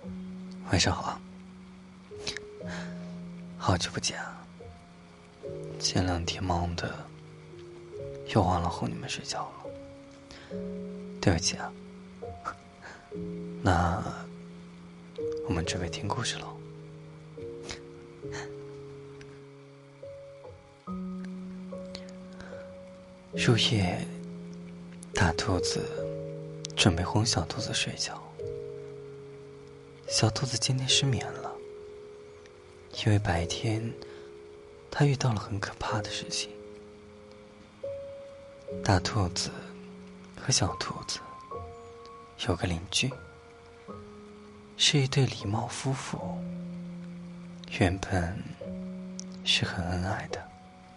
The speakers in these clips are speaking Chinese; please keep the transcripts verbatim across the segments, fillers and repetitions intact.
晚上好啊，好久不见啊！前两天忙的，又忘了哄你们睡觉了，对不起啊。那我们准备听故事喽。入夜，大兔子准备哄小兔子睡觉。小兔子今天失眠了，因为白天它遇到了很可怕的事情。大兔子和小兔子有个邻居，是一对狸猫夫妇，原本是很恩爱的。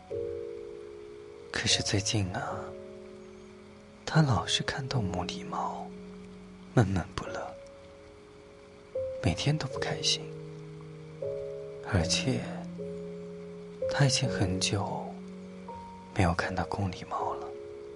可是最近啊，他老是看到母狸猫闷闷不乐，每天都不开心，而且他已经很久没有看到公狸猫了。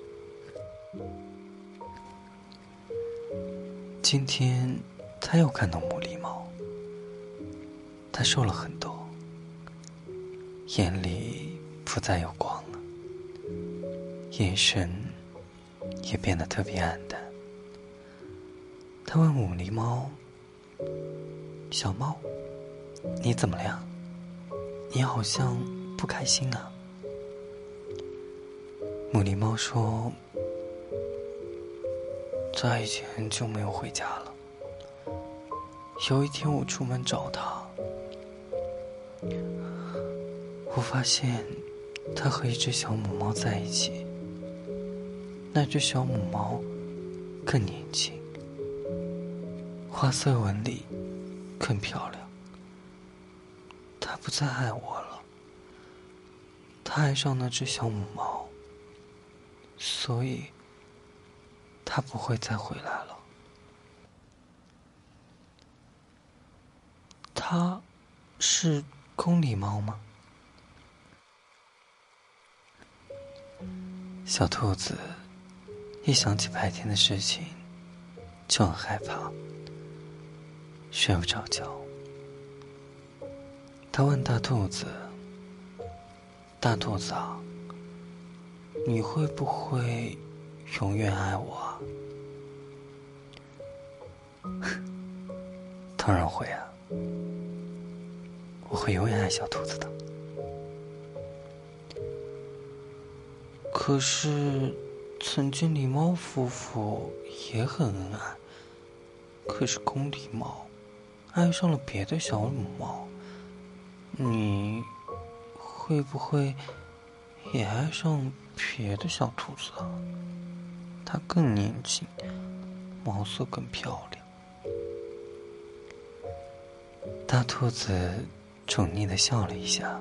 今天他又看到母狸猫，他瘦了很多，眼里不再有光了，眼神也变得特别暗淡。他问母狸猫：小猫，你怎么了呀？你好像不开心啊。母狸猫说：他已经很久没有回家了。有一天我出门找他，我发现他和一只小母猫在一起，那只小母猫更年轻，花色纹理更漂亮。他不再爱我了，他爱上那只小母猫，所以他不会再回来了。他是公狸猫吗？小兔子一想起白天的事情就很害怕，睡不着觉。他问大兔子：大兔子啊，你会不会永远爱我啊？当然会啊，我会永远爱小兔子的。可是曾经狸猫夫妇也很恩爱，可是公狸猫爱上了别的小母猫，你会不会也爱上别的小兔子啊？它更年轻，毛色更漂亮。大兔子宠溺地笑了一下：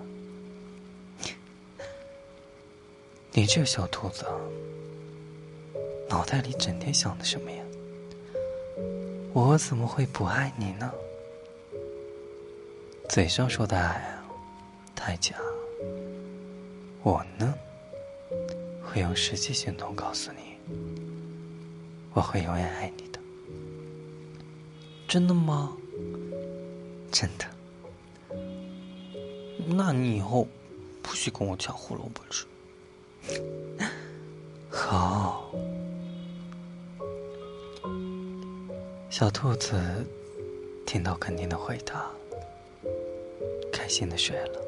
你这个小兔子啊，脑袋里整天想的什么呀？我怎么会不爱你呢？嘴上说的爱啊，太假。我呢，会用实际行动告诉你，我会永远爱你的。真的吗？真的。那你以后不许跟我抢胡萝卜吃。好。小兔子听到肯定的回答，开心的睡了。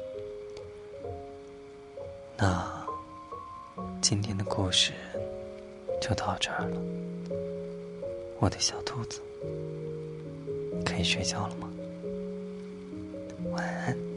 那今天的故事就到这儿了。我的小兔子，可以睡觉了吗？晚安。